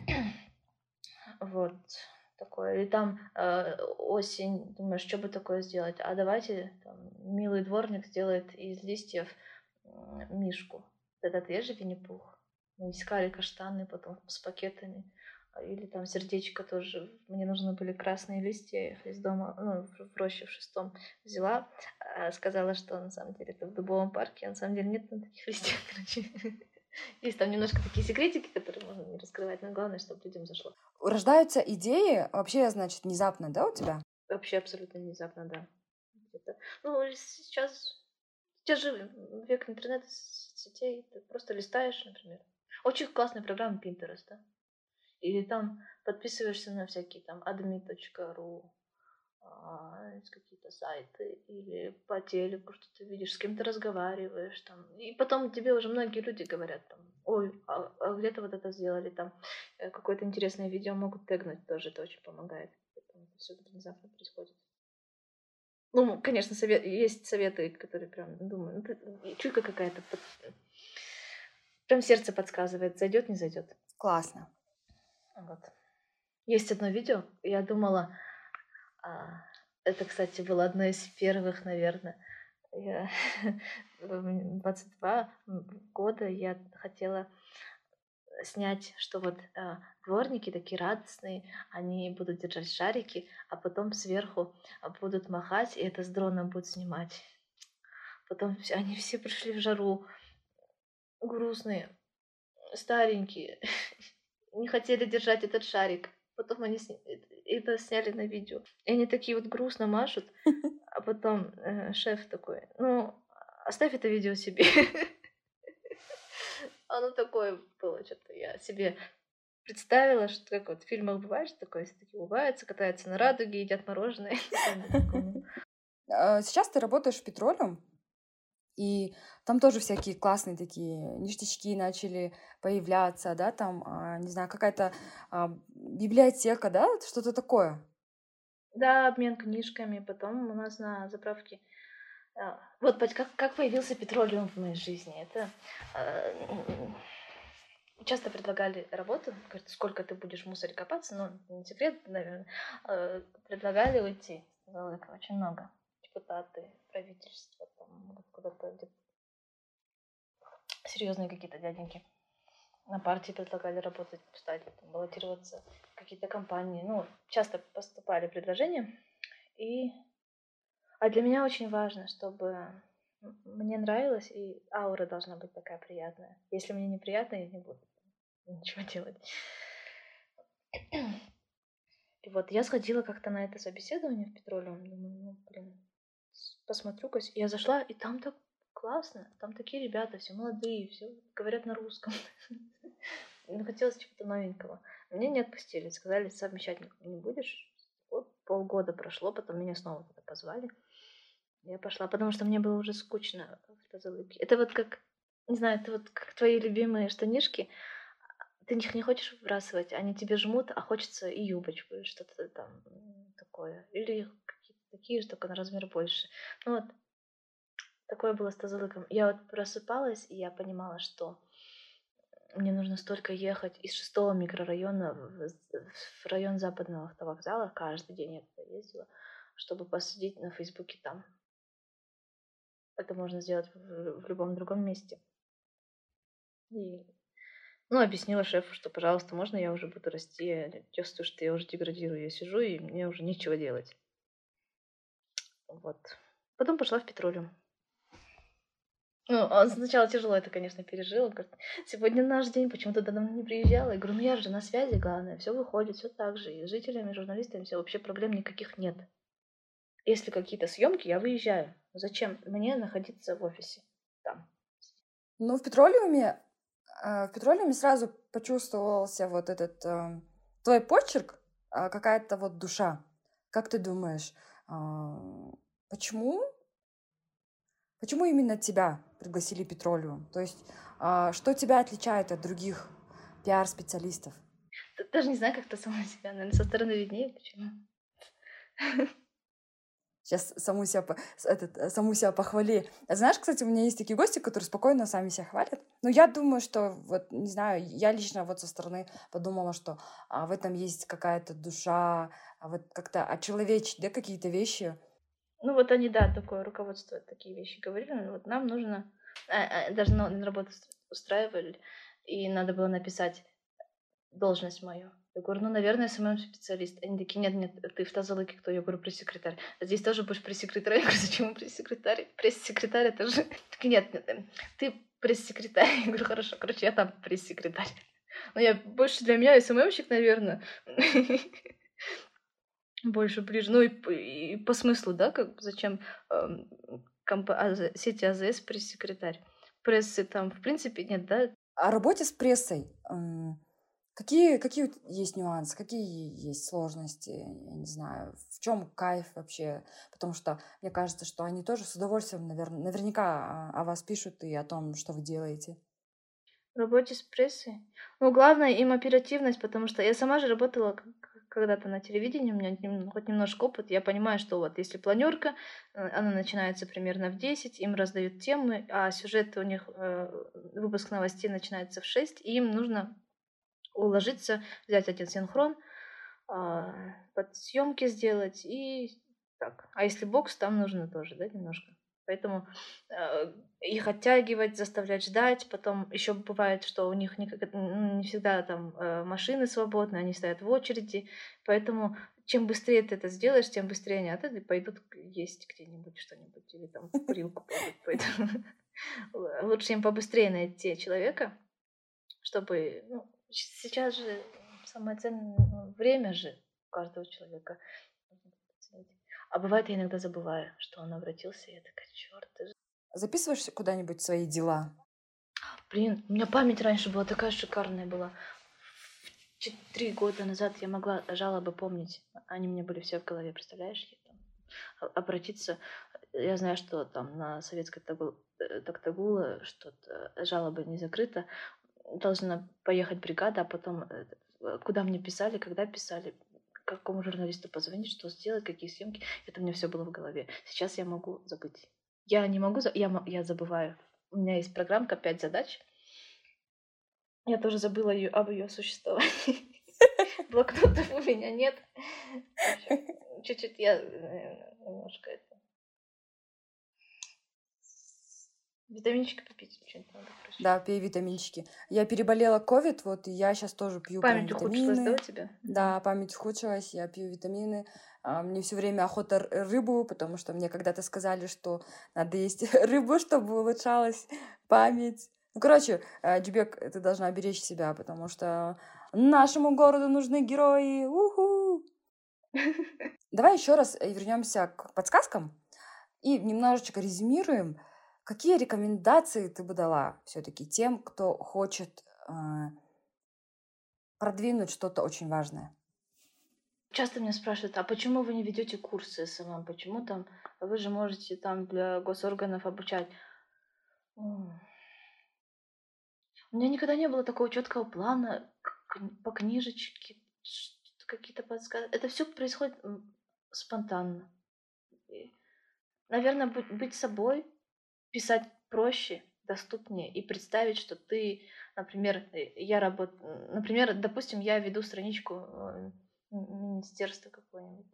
Вот такое. И там осень, думаешь, что бы такое сделать? А давайте там, милый дворник сделает из листьев мишку. Этот есть же Винни-Пух. Мы искали каштаны потом с пакетами. Или там сердечко тоже. Мне нужны были красные листья. Я их из дома, ну, в роще в шестом взяла. Сказала, что на самом деле это в дубовом парке. А на самом деле нет на таких листьях, короче. Есть там немножко такие секретики, которые можно не раскрывать, но главное, чтобы людям зашло. Рождаются идеи вообще, значит, внезапно, да, у тебя? Вообще абсолютно внезапно, да. Где-то. Ну, сейчас же век интернета, сетей, ты просто листаешь, например. Очень классная программа Pinterest, да? Или там подписываешься на всякие там admi.ru, какие-то сайты, или по телеку что-то видишь, с кем-то разговариваешь там. И потом тебе уже многие люди говорят там, ой, а где-то вот это сделали там, какое-то интересное видео могут тегнуть тоже, это очень помогает. Поэтому это все внезапно происходит. Ну, конечно, есть советы, которые прям, думаю, чуйка какая-то, прям сердце подсказывает, зайдет, не зайдет. Классно. Вот. Есть одно видео, я думала, это, кстати, было одно из первых, наверное. Я в 22 года я хотела снять, что вот дворники такие радостные, они будут держать шарики, а потом сверху будут махать, и это с дрона будут снимать. Потом они все пришли в жару, грустные, старенькие, не хотели держать этот шарик. Потом они это сняли на видео. И они такие вот грустно машут, а потом шеф такой, ну, оставь это видео себе. Оно такое было, что-то я себе представила, что как вот в фильмах бывает, что такое, все такие улыбаются, катаются на радуге, едят мороженое. Сейчас ты работаешь в Петролиум, и там тоже всякие классные такие ништячки начали появляться, да, там, не знаю, какая-то библиотека, да, что-то такое. Да, обмен книжками. Потом у нас на заправке... Вот как появился Петролиум в моей жизни. Это часто предлагали работу, говорят, сколько ты будешь в мусоре копаться, ну, не секрет, наверное, предлагали уйти. Сказала, это очень много. Депутаты, правительство, там, куда-то серьезные какие-то дяденьки на партии предлагали работать, кстати, там, баллотироваться, какие-то компании. Ну, часто поступали предложения. А для меня очень важно, чтобы мне нравилось, и аура должна быть такая приятная. Если мне неприятно, я не буду ничего делать. И вот я сходила как-то на это собеседование в Петролиум. Думаю, ну, блин, посмотрю-ка. Я зашла, и там так классно. Там такие ребята, все молодые, все говорят на русском. Ну, хотелось чего-то новенького. Меня не отпустили. Сказали, совмещать не будешь. Вот полгода прошло, потом меня снова туда позвали. Я пошла, потому что мне было уже скучно в Тазалыке. Это вот как Не знаю, это вот как твои любимые штанишки, ты их не хочешь выбрасывать, они тебе жмут, а хочется и юбочку, или что-то там такое. Или какие-то такие же, только на размер больше. Ну вот, такое было с тазовиком. Я вот просыпалась, и я понимала, что мне нужно столько ехать из 6-го микрорайона в район западного автовокзала. Каждый день я туда ездила, чтобы посидеть на Фейсбуке там. Это можно сделать в любом другом месте. И, ну, объяснила шефу, что, пожалуйста, можно я уже буду расти? Я чувствую, что я уже деградирую. Я сижу, и мне уже нечего делать. Вот. Потом пошла в Петролиум. Ну, он сначала тяжело это, конечно, пережил. Он говорит, сегодня наш день, почему ты давно не приезжала? Я говорю, ну я же на связи, главное, все выходит, все так же. И с жителями, и журналистами все, вообще проблем никаких нет. Если какие-то съемки, я выезжаю. Зачем мне находиться в офисе там? Ну, в Петролиуме сразу почувствовался вот этот твой почерк, какая-то вот душа. Как ты думаешь, почему, почему именно тебя пригласили в Петролиум? То есть, что тебя отличает от других пиар-специалистов? Даже не знаю, как то сама себя, наверное, со стороны виднее, почему. Сейчас саму себя похвали. А знаешь, кстати, у меня есть такие гости, которые спокойно сами себя хвалят. Но я думаю, что, вот, не знаю, я лично вот со стороны подумала, что в этом есть какая-то душа, вот как-то очеловечить, да, какие-то вещи. Ну вот они, да, такое руководство такие вещи говорили. Ну, вот нам нужно, даже на работу устраивали, и надо было написать должность мою. Я говорю, ну, наверное, СММ-специалист. Они такие, нет, ты в Тазалыке кто? Я говорю, пресс-секретарь. А здесь тоже будешь пресс-секретарь? Я говорю, зачем пресс-секретарь? Пресс-секретарь, это же... Такие, нет, ты пресс-секретарь. Я говорю, хорошо, короче, я там пресс-секретарь. Но я больше для меня СММщик, наверное. Больше ближе. Ну и по смыслу, да, как зачем сети АЗС пресс-секретарь? Прессы там, в принципе, нет, да? О работе с прессой. Какие есть нюансы, какие есть сложности, я не знаю, в чем кайф вообще, потому что мне кажется, что они тоже с удовольствием, наверняка о вас пишут и о том, что вы делаете. В работе с прессой. Ну, главное им оперативность, потому что я сама же работала когда-то на телевидении, у меня хоть немножко опыт, я понимаю, что вот если планерка, она начинается примерно в 10, им раздают темы, а сюжет у них, выпуск новостей начинается в 6, и им нужно уложиться, взять один синхрон, под съемки сделать и так. А если бокс, там нужно тоже, да, немножко. Поэтому их оттягивать, заставлять ждать. Потом еще бывает, что у них не всегда там машины свободны, они стоят в очереди. Поэтому чем быстрее ты это сделаешь, тем быстрее они от этого пойдут есть где-нибудь что-нибудь или там в курилку пойдут. Поэтому лучше им побыстрее найти человека, чтобы... Ну, сейчас же самое ценное время же у каждого человека. А бывает, я иногда забываю, что он обратился, и я такая, черт, ты же... Записываешь куда-нибудь свои дела? Блин, у меня память раньше была такая шикарная была. 3 года назад я могла жалобы помнить. Они мне были все в голове, представляешь? Я там обратиться. Я знаю, что там на советской Токтагула что-то жалоба не закрыта. Должна поехать бригада, а потом куда мне писали, когда писали, какому журналисту позвонить, что сделать, какие съемки. Это мне все было в голове. Сейчас я могу забыть. Я не могу, я забываю. У меня есть программка «5 задач». Я тоже забыла об ее существовании. Блокнотов у меня нет. В общем, чуть-чуть я немножко это... Витаминчики попить, что-нибудь надо, короче. Да, пей витаминчики. Я переболела ковид, вот, и я сейчас тоже пью прям Память ухудшилась, да, у витамины. тебя? Да, память ухудшилась, я пью витамины. Мне все время охота рыбу, потому что мне когда-то сказали, что надо есть рыбу, чтобы улучшалась память. Ну, короче, Джибек, ты должна беречь себя, потому что нашему городу нужны герои. Уху! Давай еще раз вернемся к подсказкам и немножечко резюмируем. Какие рекомендации ты бы дала все-таки тем, кто хочет продвинуть что-то очень важное? Часто меня спрашивают, а почему вы не ведете курсы СММ? Почему там вы же можете там для госорганов обучать? У меня никогда не было такого четкого плана по книжечке, какие-то подсказки. Это все происходит спонтанно. Наверное, быть собой, писать проще, доступнее и представить, что ты, например, например, допустим, я веду страничку министерства какое-нибудь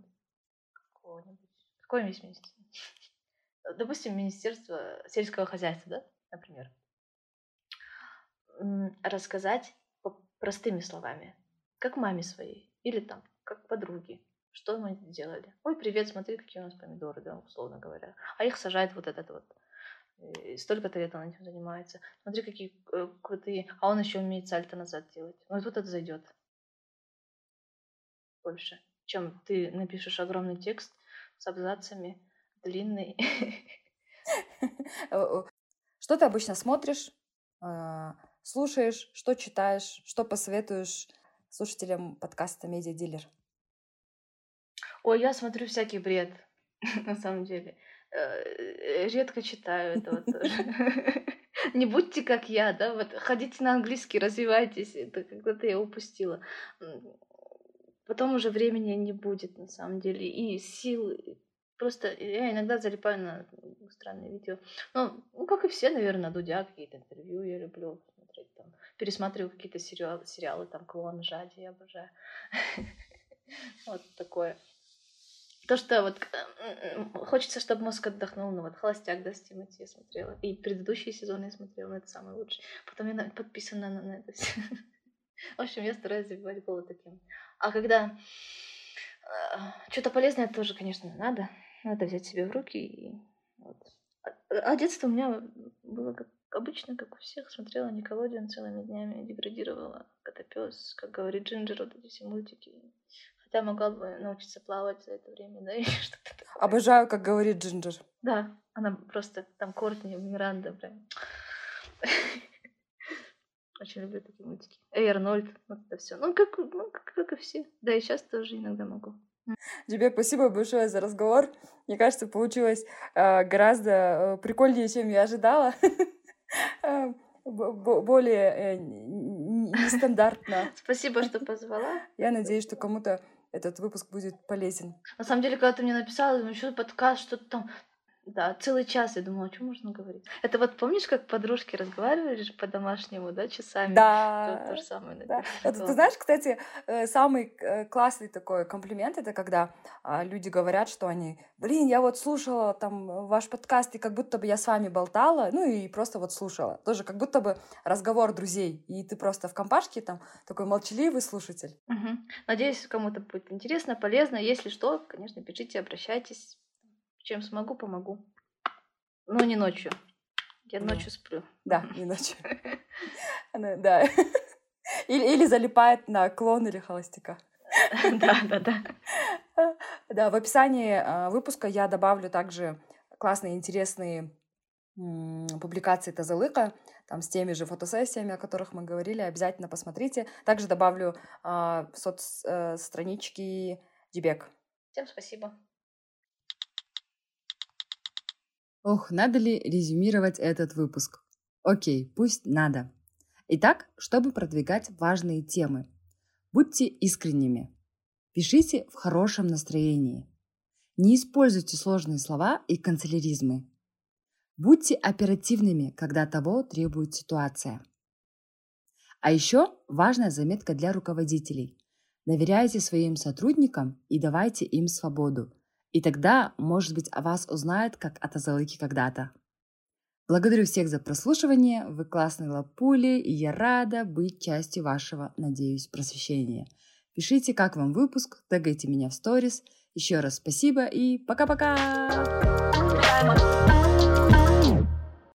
министерство. Допустим, Министерство сельского хозяйства, да, например. Рассказать простыми словами, как маме своей или там, как подруге, что мы делали. Ой, привет, смотри, какие у нас помидоры, да, условно говоря. А их сажает вот этот вот. И столько-то лет он этим занимается. Смотри, какие крутые. А он еще умеет сальто назад делать. Ну и тут это зайдет больше, чем ты напишешь огромный текст с абзацами, длинный. Что ты обычно смотришь, слушаешь, что читаешь, что посоветуешь слушателям подкаста «Медиадилер»? Ой, я смотрю всякий бред, на самом деле. Редко читаю этого тоже. Не будьте как я, да, вот ходите на английский, развивайтесь. Это когда-то я упустила. Потом уже времени не будет, на самом деле, и сил. Просто я иногда залипаю на странные видео. Ну, как и все, наверное, Дудя, какие-то интервью я люблю смотреть. Там. Пересматриваю какие-то сериалы, там, «Клон», «Жади», я обожаю. Вот такое. То, что вот хочется, чтобы мозг отдохнул. Ну вот «Холостяк», да, с Тимати я смотрела. И предыдущие сезоны я смотрела, но это самый лучший. Потом я подписана на это все. В общем, я стараюсь забивать голову таким. А когда что-то полезное тоже, конечно, надо взять себе в руки. И вот. А детство у меня было как обычно, как у всех. Смотрела Никелодеон целыми днями, деградировала, Котопёс, как говорит Джинджер, вот эти все мультики. Хотя могла бы научиться плавать за это время, да, или что-то такое. Обожаю, как говорит Джинджер. Да, она просто там Кортни, Миранда, прям. Очень люблю такие мультики. Эй, Арнольд, вот это все. Ну, как и все. Да, и сейчас тоже иногда могу. Тебе спасибо большое за разговор. Мне кажется, получилось гораздо прикольнее, чем я ожидала. Более нестандартно. Спасибо, что позвала. Я надеюсь, что кому-то этот выпуск будет полезен. На самом деле, когда ты мне написала, думаю, что подкаст, что-то там. Да, целый час я думала, о чем можно говорить. Это вот помнишь, как подружки разговаривали по-домашнему, да, часами? Да. То же самое. Да. Это, ты знаешь, кстати, самый классный такой комплимент, это когда люди говорят, что они, я вот слушала там ваш подкаст, и как будто бы я с вами болтала, ну и просто вот слушала. Тоже как будто бы разговор друзей, и ты просто в компашке там такой молчаливый слушатель. Угу. Надеюсь, кому-то будет интересно, полезно. Если что, конечно, пишите, обращайтесь. Чем смогу, помогу. Но не ночью. Я ночью сплю. Да, не ночью. Да. Или залипает на «Клон» или «Холостяка». Да. Да, в описании выпуска я добавлю также классные, интересные публикации Тазалыка, там с теми же фотосессиями, о которых мы говорили. Обязательно посмотрите. Также добавлю соцстранички Дибек. Всем спасибо. Ох, надо ли резюмировать этот выпуск? Окей, пусть надо. Итак, чтобы продвигать важные темы, будьте искренними. Пишите в хорошем настроении. Не используйте сложные слова и канцеляризмы. Будьте оперативными, когда того требует ситуация. А еще важная заметка для руководителей. Доверяйте своим сотрудникам и давайте им свободу. И тогда, может быть, о вас узнают, как о Тазалыке когда-то. Благодарю всех за прослушивание. Вы классные лапули, и я рада быть частью вашего, надеюсь, просвещения. Пишите, как вам выпуск, тегайте меня в сторис. Еще раз спасибо и пока-пока!